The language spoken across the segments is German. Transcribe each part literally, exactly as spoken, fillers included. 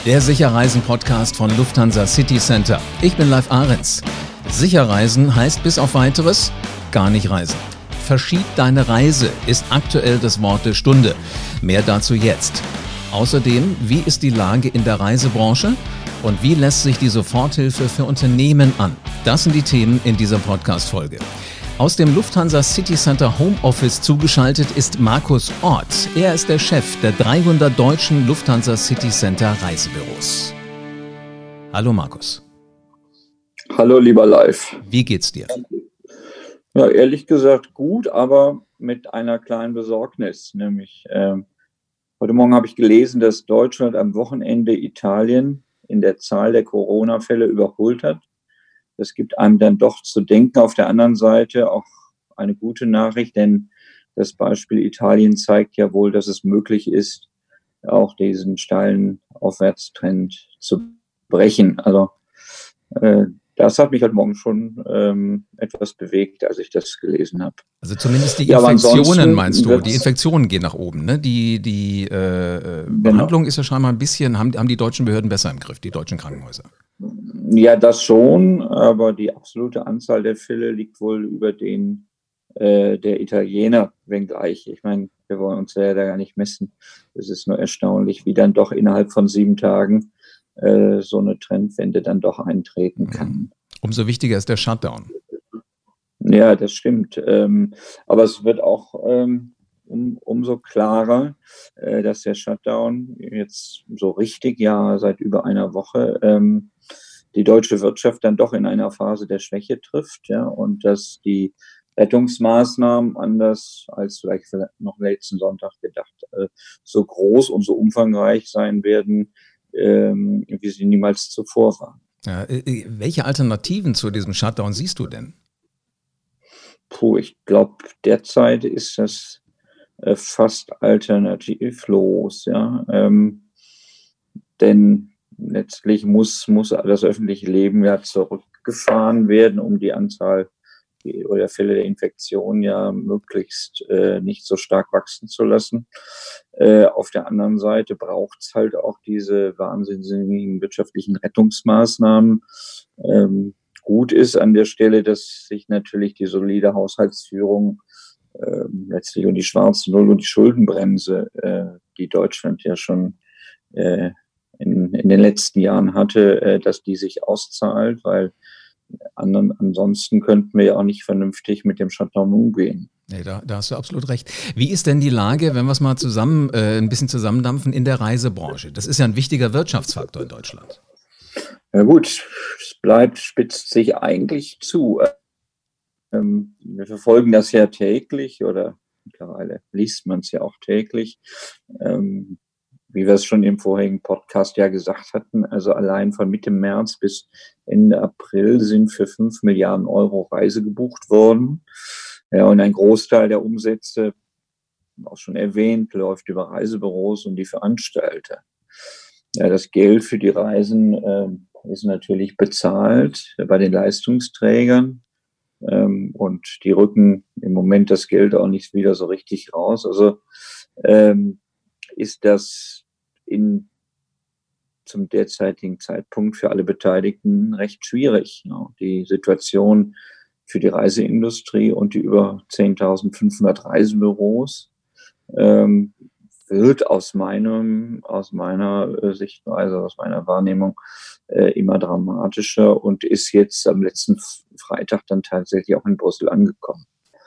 Der Sicherreisen-Podcast von Lufthansa City Center. Ich bin Live Ahrens. Sicherreisen heißt bis auf Weiteres gar nicht reisen. Verschieb deine Reise ist aktuell das Wort der Stunde. Mehr dazu jetzt. Außerdem, wie ist die Lage in der Reisebranche und wie lässt sich die Soforthilfe für Unternehmen an? Das sind die Themen in dieser Podcast-Folge. Aus dem Lufthansa City Center Homeoffice zugeschaltet ist Markus Orth. Er ist der Chef der dreihundert deutschen Lufthansa City Center Reisebüros. Hallo Markus. Hallo lieber Live. Wie geht's dir? Ja, ehrlich gesagt gut, aber mit einer kleinen Besorgnis. Nämlich äh, heute Morgen habe ich gelesen, dass Deutschland am Wochenende Italien in der Zahl der Corona-Fälle überholt hat. Das gibt einem dann doch zu denken. Auf der anderen Seite auch eine gute Nachricht, denn das Beispiel Italien zeigt ja wohl, dass es möglich ist, auch diesen steilen Aufwärtstrend zu brechen. Also äh, das hat mich heute Morgen schon ähm, etwas bewegt, als ich das gelesen habe. Also zumindest die Ja, Infektionen, meinst du? Die Infektionen gehen nach oben, ne? Die, die äh, Behandlung genau. ist ja scheinbar ein bisschen, haben, haben die deutschen Behörden besser im Griff, die deutschen Krankenhäuser. Ja, das schon, aber die absolute Anzahl der Fälle liegt wohl über den äh, der Italiener, wenngleich. Ich meine, wir wollen uns ja da gar nicht messen. Es ist nur erstaunlich, wie dann doch innerhalb von sieben Tagen äh, so eine Trendwende dann doch eintreten kann. Umso wichtiger ist der Shutdown. Ja, das stimmt. Ähm, aber es wird auch ähm, um, umso klarer, äh, dass der Shutdown jetzt so richtig, ja, seit über einer Woche ähm, die deutsche Wirtschaft dann doch in einer Phase der Schwäche trifft, ja, und dass die Rettungsmaßnahmen, anders als vielleicht noch letzten Sonntag gedacht, äh, so groß und so umfangreich sein werden, ähm, wie sie niemals zuvor waren. Ja, äh, welche Alternativen zu diesem Shutdown siehst du denn? Puh, ich glaube, derzeit ist das äh, fast alternativlos, ja, ähm, denn letztlich muss, muss das öffentliche Leben ja zurückgefahren werden, um die Anzahl oder Fälle der Infektion ja möglichst äh, nicht so stark wachsen zu lassen. Äh, auf der anderen Seite braucht es halt auch diese wahnsinnigen wirtschaftlichen Rettungsmaßnahmen. Ähm, gut ist an der Stelle, dass sich natürlich die solide Haushaltsführung äh, letztlich und die schwarze Null und die Schuldenbremse, äh, die Deutschland ja schon äh, In, in den letzten Jahren hatte, äh, dass die sich auszahlt, weil an, ansonsten könnten wir ja auch nicht vernünftig mit dem Shutdown umgehen. Nee, da, da hast du absolut recht. Wie ist denn die Lage, wenn wir es mal zusammen äh, ein bisschen zusammendampfen, in der Reisebranche? Das ist ja ein wichtiger Wirtschaftsfaktor in Deutschland. Ja gut, es bleibt, spitzt sich eigentlich zu. Ähm, wir verfolgen das ja täglich oder mittlerweile liest man es ja auch täglich. Ähm, Wie wir es schon im vorherigen Podcast ja gesagt hatten, also allein von Mitte März bis Ende April sind für fünf Milliarden Euro Reise gebucht worden. Ja, und ein Großteil der Umsätze, auch schon erwähnt, läuft über Reisebüros und die Veranstalter. Ja, das Geld für die Reisen äh, ist natürlich bezahlt bei den Leistungsträgern. Ähm, und die rücken im Moment das Geld auch nicht wieder so richtig raus. Also ähm, ist das in, zum derzeitigen Zeitpunkt für alle Beteiligten recht schwierig. Ja. Die Situation für die Reiseindustrie und die über zehntausendfünfhundert Reisebüros ähm, wird aus meinem, aus meiner Sichtweise, aus meiner Wahrnehmung äh, immer dramatischer und ist jetzt am letzten Freitag dann tatsächlich auch in Brüssel angekommen.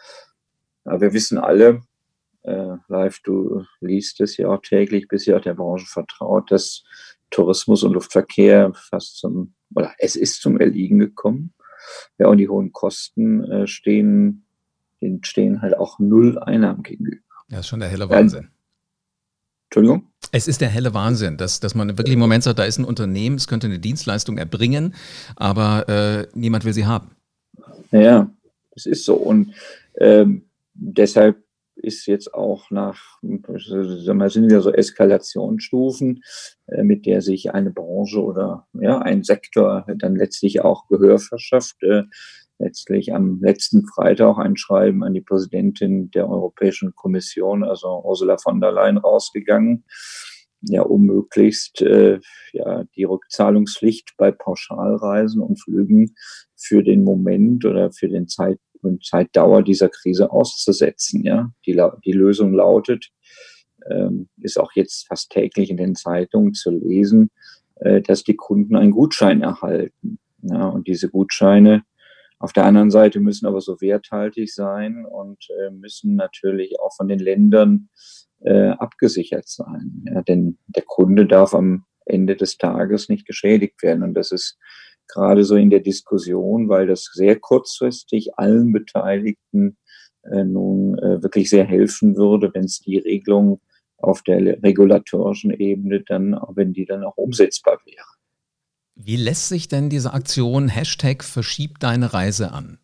Ja, wir wissen alle, Äh, Live, du liest es ja auch täglich, bist ja auch der Branche vertraut, dass Tourismus und Luftverkehr fast zum, oder es ist zum Erliegen gekommen. Ja, und die hohen Kosten äh, stehen, denen stehen halt auch null Einnahmen gegenüber. Ja, ist schon der helle Wahnsinn. Ja, Entschuldigung? Es ist der helle Wahnsinn, dass, dass man wirklich im Moment sagt, da ist ein Unternehmen, es könnte eine Dienstleistung erbringen, aber äh, niemand will sie haben. Ja, das ist so. Und ähm, deshalb ist jetzt auch nach, sagen wir, sind ja so Eskalationsstufen, äh, mit der sich eine Branche oder ja ein Sektor dann letztlich auch Gehör verschafft. Äh, letztlich am letzten Freitag auch ein Schreiben an die Präsidentin der Europäischen Kommission, also Ursula von der Leyen, rausgegangen, ja, um möglichst äh, ja, die Rückzahlungspflicht bei Pauschalreisen und Flügen für den Moment oder für den Zeit und Zeitdauer dieser Krise auszusetzen. Ja, die, die Lösung lautet, ähm, ist auch jetzt fast täglich in den Zeitungen zu lesen, äh, dass die Kunden einen Gutschein erhalten. Ja, und diese Gutscheine auf der anderen Seite müssen aber so werthaltig sein und äh, müssen natürlich auch von den Ländern äh, abgesichert sein. Ja, denn der Kunde darf am Ende des Tages nicht geschädigt werden. Und das ist gerade so in der Diskussion, weil das sehr kurzfristig allen Beteiligten äh, nun äh, wirklich sehr helfen würde, wenn es die Regelung auf der regulatorischen Ebene dann, wenn die dann auch umsetzbar wäre. Wie lässt sich denn diese Aktion Hashtag Verschieb deine Reise an?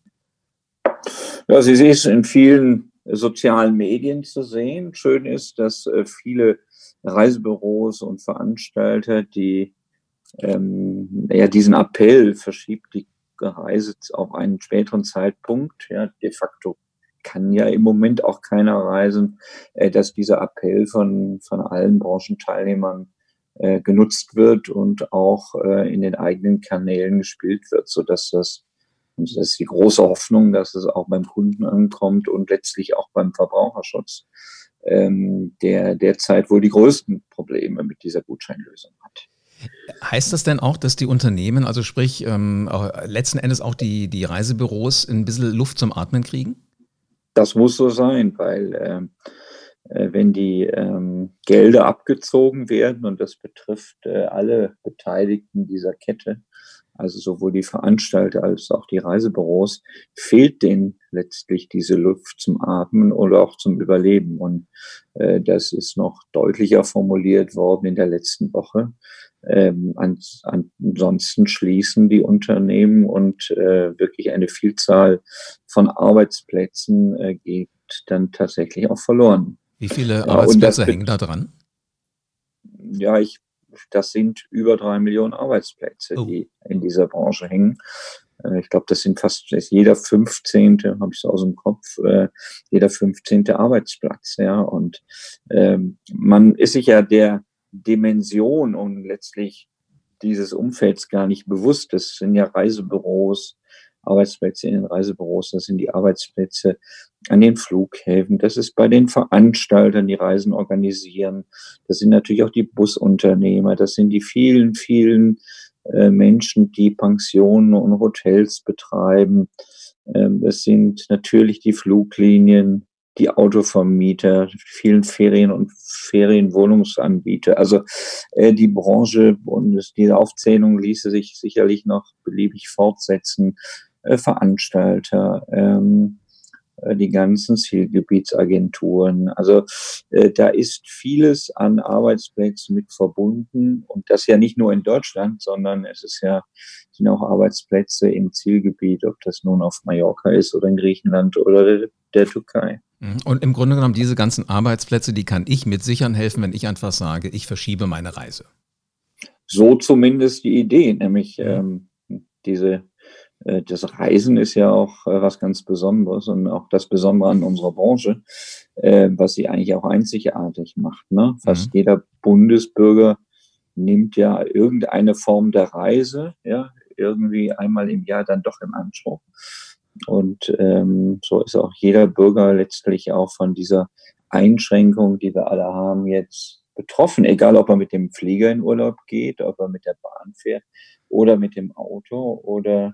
Ja, sie ist in vielen sozialen Medien zu sehen. Schön ist, dass äh, viele Reisebüros und Veranstalter, die ähm, ja, diesen Appell verschiebt die Reise auf einen späteren Zeitpunkt, ja, de facto kann ja im Moment auch keiner reisen, äh, dass dieser Appell von, von allen Branchenteilnehmern äh, genutzt wird und auch äh, in den eigenen Kanälen gespielt wird, sodass das, und das ist die große Hoffnung, dass es auch beim Kunden ankommt und letztlich auch beim Verbraucherschutz, ähm, der derzeit wohl die größten Probleme mit dieser Gutscheinlösung hat. Heißt das denn auch, dass die Unternehmen, also sprich ähm, letzten Endes auch die, die Reisebüros ein bisschen Luft zum Atmen kriegen? Das muss so sein, weil ähm, äh, wenn die ähm, Gelder abgezogen werden, und das betrifft äh, alle Beteiligten dieser Kette, also sowohl die Veranstalter als auch die Reisebüros, fehlt denen letztlich diese Luft zum Atmen oder auch zum Überleben. Und äh, das ist noch deutlicher formuliert worden in der letzten Woche. Ähm, ans, ansonsten schließen die Unternehmen und äh, wirklich eine Vielzahl von Arbeitsplätzen äh, geht dann tatsächlich auch verloren. Wie viele Ja, Arbeitsplätze hängen da dran? Ja, ich, das sind über drei Millionen Arbeitsplätze, Oh. die in dieser Branche hängen. Äh, ich glaube, das sind fast das ist jeder fünfzehnte, habe ich so aus dem Kopf, äh, jeder fünfzehnte Arbeitsplatz. Ja, und ähm, man ist sich ja der Dimension und letztlich dieses Umfelds gar nicht bewusst. Das sind ja Reisebüros, Arbeitsplätze in den Reisebüros, das sind die Arbeitsplätze an den Flughäfen, das ist bei den Veranstaltern, die Reisen organisieren, das sind natürlich auch die Busunternehmer, das sind die vielen, vielen äh, Menschen, die Pensionen und Hotels betreiben. Ähm, es sind natürlich die Fluglinien, die Autovermieter, vielen Ferien- und Ferienwohnungsanbieter. Also äh, die Branche, und diese Aufzählung ließe sich sicherlich noch beliebig fortsetzen, äh, Veranstalter, ähm, äh, die ganzen Zielgebietsagenturen. Also äh, da ist vieles an Arbeitsplätzen mit verbunden, und das ja nicht nur in Deutschland, sondern es ist ja, sind auch Arbeitsplätze im Zielgebiet, ob das nun auf Mallorca ist oder in Griechenland oder der Türkei. Und im Grunde genommen, diese ganzen Arbeitsplätze, die kann ich mit sichern helfen, wenn ich einfach sage, ich verschiebe meine Reise. So zumindest die Idee, nämlich ähm, diese, äh, das Reisen ist ja auch äh, was ganz Besonderes und auch das Besondere an unserer Branche, äh, was sie eigentlich auch einzigartig macht. Ne? Fast mhm. jeder Bundesbürger nimmt ja irgendeine Form der Reise, ja, irgendwie einmal im Jahr dann doch im Anspruch. Und ähm, so ist auch jeder Bürger letztlich auch von dieser Einschränkung, die wir alle haben, jetzt betroffen, egal ob er mit dem Flieger in Urlaub geht, ob er mit der Bahn fährt oder mit dem Auto oder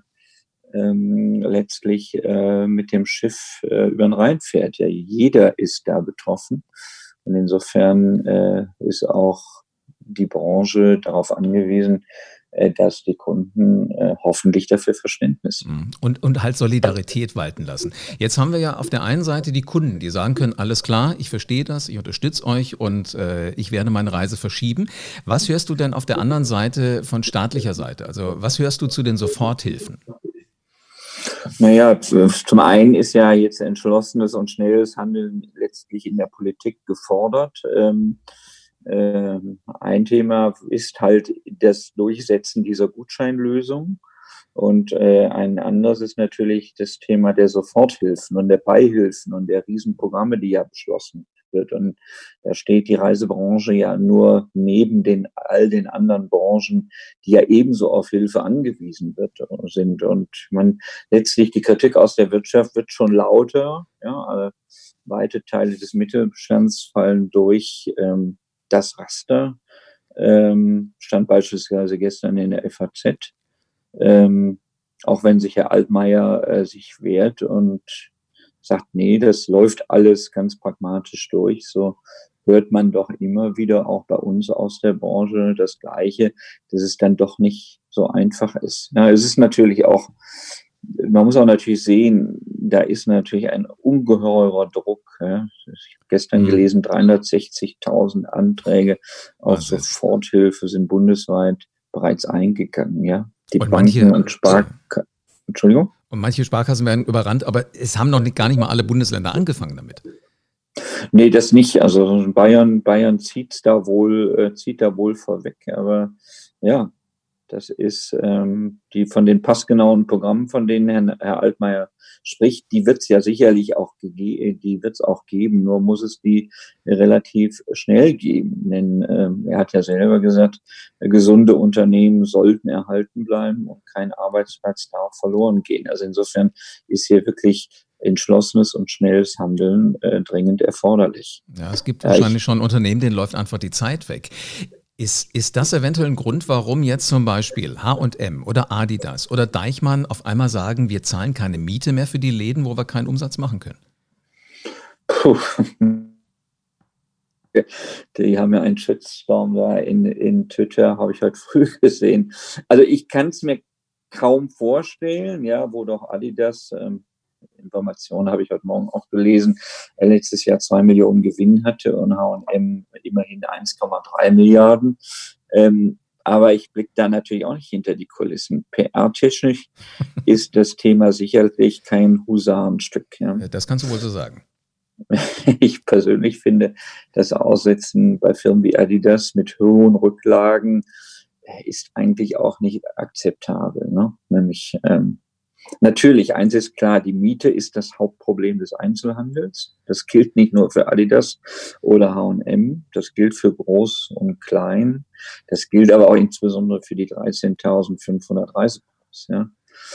ähm, letztlich äh, mit dem Schiff äh, über den Rhein fährt. Ja, jeder ist da betroffen. Und insofern äh, ist auch die Branche darauf angewiesen, dass die Kunden äh, hoffentlich dafür Verständnis haben. Und, und halt Solidarität walten lassen. Jetzt haben wir ja auf der einen Seite die Kunden, die sagen können, alles klar, ich verstehe das, ich unterstütze euch und äh, ich werde meine Reise verschieben. Was hörst du denn auf der anderen Seite von staatlicher Seite? Also was hörst du zu den Soforthilfen? Naja, zum einen ist ja jetzt entschlossenes und schnelles Handeln letztlich in der Politik gefordert. Ähm, Ein Thema ist halt das Durchsetzen dieser Gutscheinlösung, und äh, ein anderes ist natürlich das Thema der Soforthilfen und der Beihilfen und der Riesenprogramme, die ja beschlossen wird. Und da steht die Reisebranche ja nur neben den all den anderen Branchen, die ja ebenso auf Hilfe angewiesen wird, sind. Und man letztlich die Kritik aus der Wirtschaft wird schon lauter. Ja, also weite Teile des Mittelstands fallen durch ähm, das Raster. Ähm, stand beispielsweise gestern in der F A Z. Ähm, auch wenn sich Herr Altmaier äh, sich wehrt und sagt, nee, das läuft alles ganz pragmatisch durch, so hört man doch immer wieder auch bei uns aus der Branche das Gleiche, dass es dann doch nicht so einfach ist. Ja, es ist natürlich auch, man muss auch natürlich sehen, da ist natürlich ein ungeheurer Druck. Ja. Ich habe gestern gelesen, dreihundertsechzigtausend Anträge auf Wahnsinn. Soforthilfe sind bundesweit bereits eingegangen. Ja. Die Und Banken manche- und Sparkassen, Entschuldigung? Und manche Sparkassen werden überrannt, aber es haben noch nicht, gar nicht mal alle Bundesländer angefangen damit. Nee, das nicht. Also Bayern, Bayern zieht's da wohl, äh, zieht da wohl vorweg. Aber ja, das ist ähm, die von den passgenauen Programmen, von denen Herr, Herr Altmaier spricht, die wird's ja sicherlich auch gege- die wird's auch geben. Nur muss es die relativ schnell geben. Denn ähm, er hat ja selber gesagt, äh, gesunde Unternehmen sollten erhalten bleiben und kein Arbeitsplatz darf verloren gehen. Also insofern ist hier wirklich entschlossenes und schnelles Handeln äh, dringend erforderlich. Ja, es gibt Ja, wahrscheinlich ich- schon Unternehmen, denen läuft einfach die Zeit weg. Ist, ist das eventuell ein Grund, warum jetzt zum Beispiel H und M oder Adidas oder Deichmann auf einmal sagen, wir zahlen keine Miete mehr für die Läden, wo wir keinen Umsatz machen können? Puh. Die haben ja einen Shitstorm da in, in Twitter, habe ich heute früh gesehen. Also ich kann es mir kaum vorstellen, ja, wo doch Adidas, ähm, Informationen habe ich heute Morgen auch gelesen, er letztes Jahr zwei Millionen Gewinn hatte und H und M immerhin eins Komma drei Milliarden. Ähm, aber ich blicke da natürlich auch nicht hinter die Kulissen. P R-technisch ist das Thema sicherlich kein Husarenstück. Ja. Das kannst du wohl so sagen. Ich persönlich finde, das Aussetzen bei Firmen wie Adidas mit hohen Rücklagen ist eigentlich auch nicht akzeptabel. Ne? Nämlich ähm, natürlich, eins ist klar, die Miete ist das Hauptproblem des Einzelhandels. Das gilt nicht nur für Adidas oder H und M, das gilt für Groß und Klein. Das gilt aber auch insbesondere für die dreizehntausendfünfhundert Reisebüros. Ja.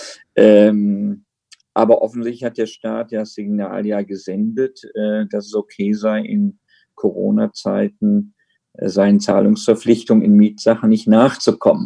Ähm, aber offensichtlich hat der Staat ja das Signal ja gesendet, äh, dass es okay sei, in Corona-Zeiten äh, seinen Zahlungsverpflichtungen in Mietsachen nicht nachzukommen.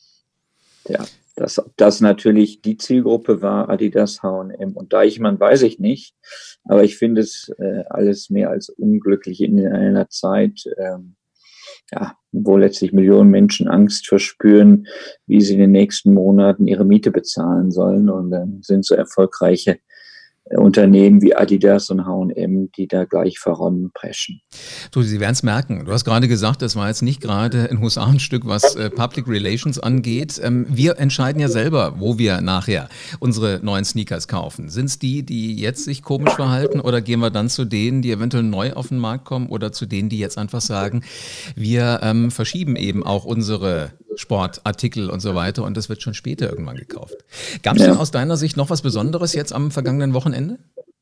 Ja, dass das natürlich die Zielgruppe war, Adidas, H und M und Deichmann, weiß ich nicht. Aber ich finde es äh, alles mehr als unglücklich in einer Zeit, ähm, ja, wo letztlich Millionen Menschen Angst verspüren, wie sie in den nächsten Monaten ihre Miete bezahlen sollen. Und dann sind so erfolgreiche äh, Unternehmen wie Adidas und H und M, die da gleich voranpreschen. Du, Sie werden es merken. Du hast gerade gesagt, das war jetzt nicht gerade ein Husarenstück, was äh, Public Relations angeht. Ähm, wir entscheiden ja selber, wo wir nachher unsere neuen Sneakers kaufen. Sind es die, die jetzt sich komisch verhalten oder gehen wir dann zu denen, die eventuell neu auf den Markt kommen oder zu denen, die jetzt einfach sagen, wir ähm, verschieben eben auch unsere Sportartikel und so weiter und das wird schon später irgendwann gekauft. Gab es Ja. denn aus deiner Sicht noch was Besonderes jetzt am vergangenen Wochenende?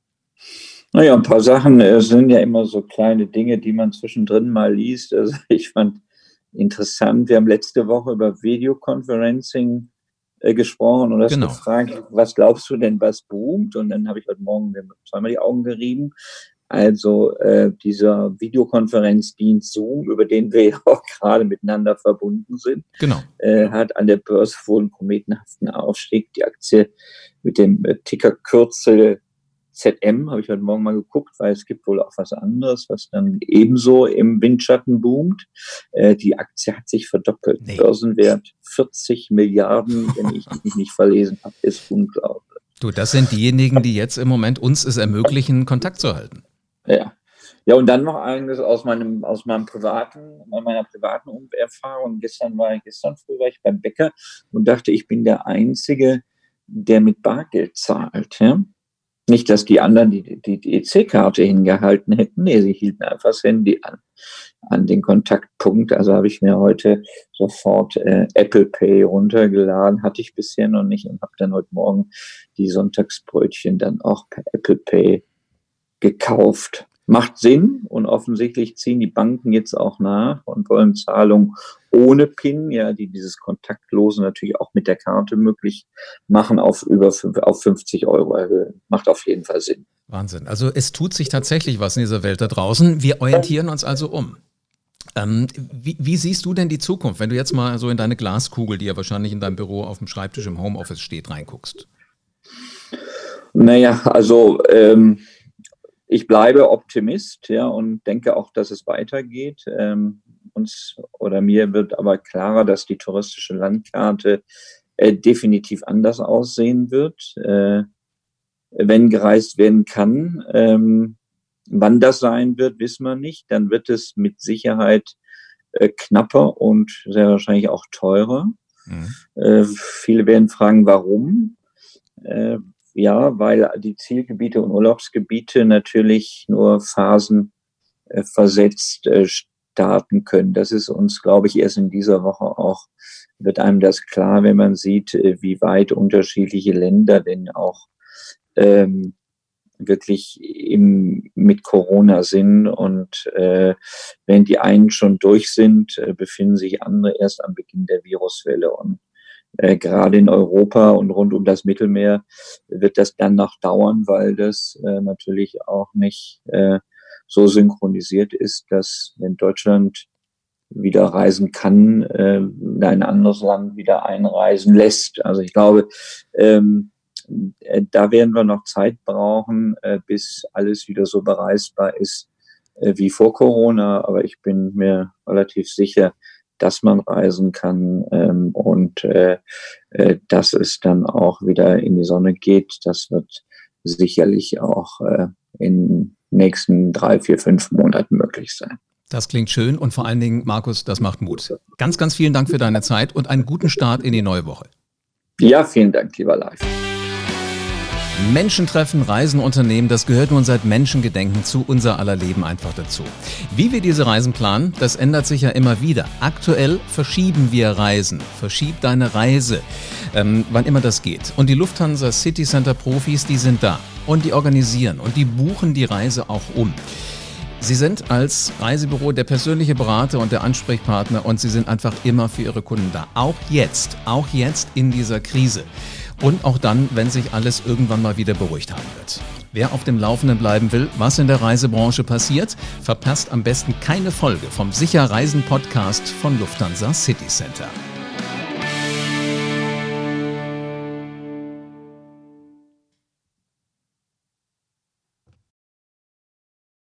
Naja, ein paar Sachen äh, sind ja immer so kleine Dinge, die man zwischendrin mal liest. Also ich fand interessant, wir haben letzte Woche über Videoconferencing äh, gesprochen und hast Genau. gefragt, was glaubst du denn, was boomt? Und dann habe ich heute Morgen mir zweimal die Augen gerieben. Also äh, dieser Videokonferenzdienst Zoom, über den wir ja auch gerade miteinander verbunden sind, Genau. äh, hat an der Börse wohl einen kometenhaften Aufstieg. Die Aktie mit dem äh, Tickerkürzel Z M, habe ich heute Morgen mal geguckt, weil es gibt wohl auch was anderes, was dann ebenso im Windschatten boomt. Äh, die Aktie hat sich verdoppelt. Nee. Börsenwert vierzig Milliarden, wenn ich mich nicht verlesen habe, ist unglaublich. Du, das sind diejenigen, die jetzt im Moment uns es ermöglichen, Kontakt zu halten. Ja. Ja, und dann noch eines aus meinem, aus meinem privaten, meiner privaten Erfahrung. Gestern war ich, gestern früh war ich beim Bäcker und dachte, ich bin der Einzige, der mit Bargeld zahlt. Ja? Nicht, dass die anderen die, die, die E C-Karte hingehalten hätten. Nee, sie hielten einfach das Handy an, an den Kontaktpunkt. Also habe ich mir heute sofort äh, Apple Pay runtergeladen. Hatte ich bisher noch nicht und habe dann heute Morgen die Sonntagsbrötchen dann auch per Apple Pay gekauft. macht Sinn und offensichtlich ziehen die Banken jetzt auch nach und wollen Zahlungen ohne PIN, ja, die dieses Kontaktlose natürlich auch mit der Karte möglich machen, auf über auf fünfzig Euro erhöhen. Macht auf jeden Fall Sinn. Wahnsinn. Also es tut sich tatsächlich was in dieser Welt da draußen. Wir orientieren uns also um. Ähm, wie, wie siehst du denn die Zukunft, wenn du jetzt mal so in deine Glaskugel, die ja wahrscheinlich in deinem Büro auf dem Schreibtisch im Homeoffice steht, reinguckst? Naja, also ähm, ich bleibe Optimist, ja, und denke auch, dass es weitergeht. Ähm, uns oder mir wird aber klarer, dass die touristische Landkarte äh, definitiv anders aussehen wird, äh, wenn gereist werden kann. Ähm, wann das sein wird, wissen wir nicht. Dann wird es mit Sicherheit äh, knapper und sehr wahrscheinlich auch teurer. Mhm. Äh, viele werden fragen, warum? Äh, Ja, weil die Zielgebiete und Urlaubsgebiete natürlich nur phasenversetzt äh, starten können. Das ist uns, glaube ich, erst in dieser Woche auch, wird einem das klar, wenn man sieht, äh, wie weit unterschiedliche Länder denn auch ähm, wirklich im, mit Corona sind. Und äh, wenn die einen schon durch sind, äh, befinden sich andere erst am Beginn der Viruswelle. Und Äh, gerade in Europa und rund um das Mittelmeer wird das dann noch dauern, weil das äh, natürlich auch nicht äh, so synchronisiert ist, dass wenn Deutschland wieder reisen kann, äh, ein anderes Land wieder einreisen lässt. Also ich glaube, ähm, äh, da werden wir noch Zeit brauchen, äh, bis alles wieder so bereisbar ist äh, wie vor Corona. Aber ich bin mir relativ sicher, dass man reisen kann ähm, und äh, äh, dass es dann auch wieder in die Sonne geht. Das wird sicherlich auch äh, in den nächsten drei, vier, fünf Monaten möglich sein. Das klingt schön und vor allen Dingen, Markus, das macht Mut. Ganz, ganz vielen Dank für deine Zeit und einen guten Start in die neue Woche. Ja, vielen Dank, lieber Live. Menschen treffen, Reisen unternehmen, das gehört nun seit Menschengedenken zu unser aller Leben einfach dazu. Wie wir diese Reisen planen, das ändert sich ja immer wieder. Aktuell verschieben wir Reisen. Verschieb deine Reise, ähm, wann immer das geht. Und die Lufthansa City Center Profis, die sind da und die organisieren und die buchen die Reise auch um. Sie sind als Reisebüro der persönliche Berater und der Ansprechpartner und sie sind einfach immer für ihre Kunden da. Auch jetzt, auch jetzt in dieser Krise. Und auch dann, wenn sich alles irgendwann mal wieder beruhigt haben wird. Wer auf dem Laufenden bleiben will, was in der Reisebranche passiert, verpasst am besten keine Folge vom Sicher Reisen Podcast von Lufthansa City Center.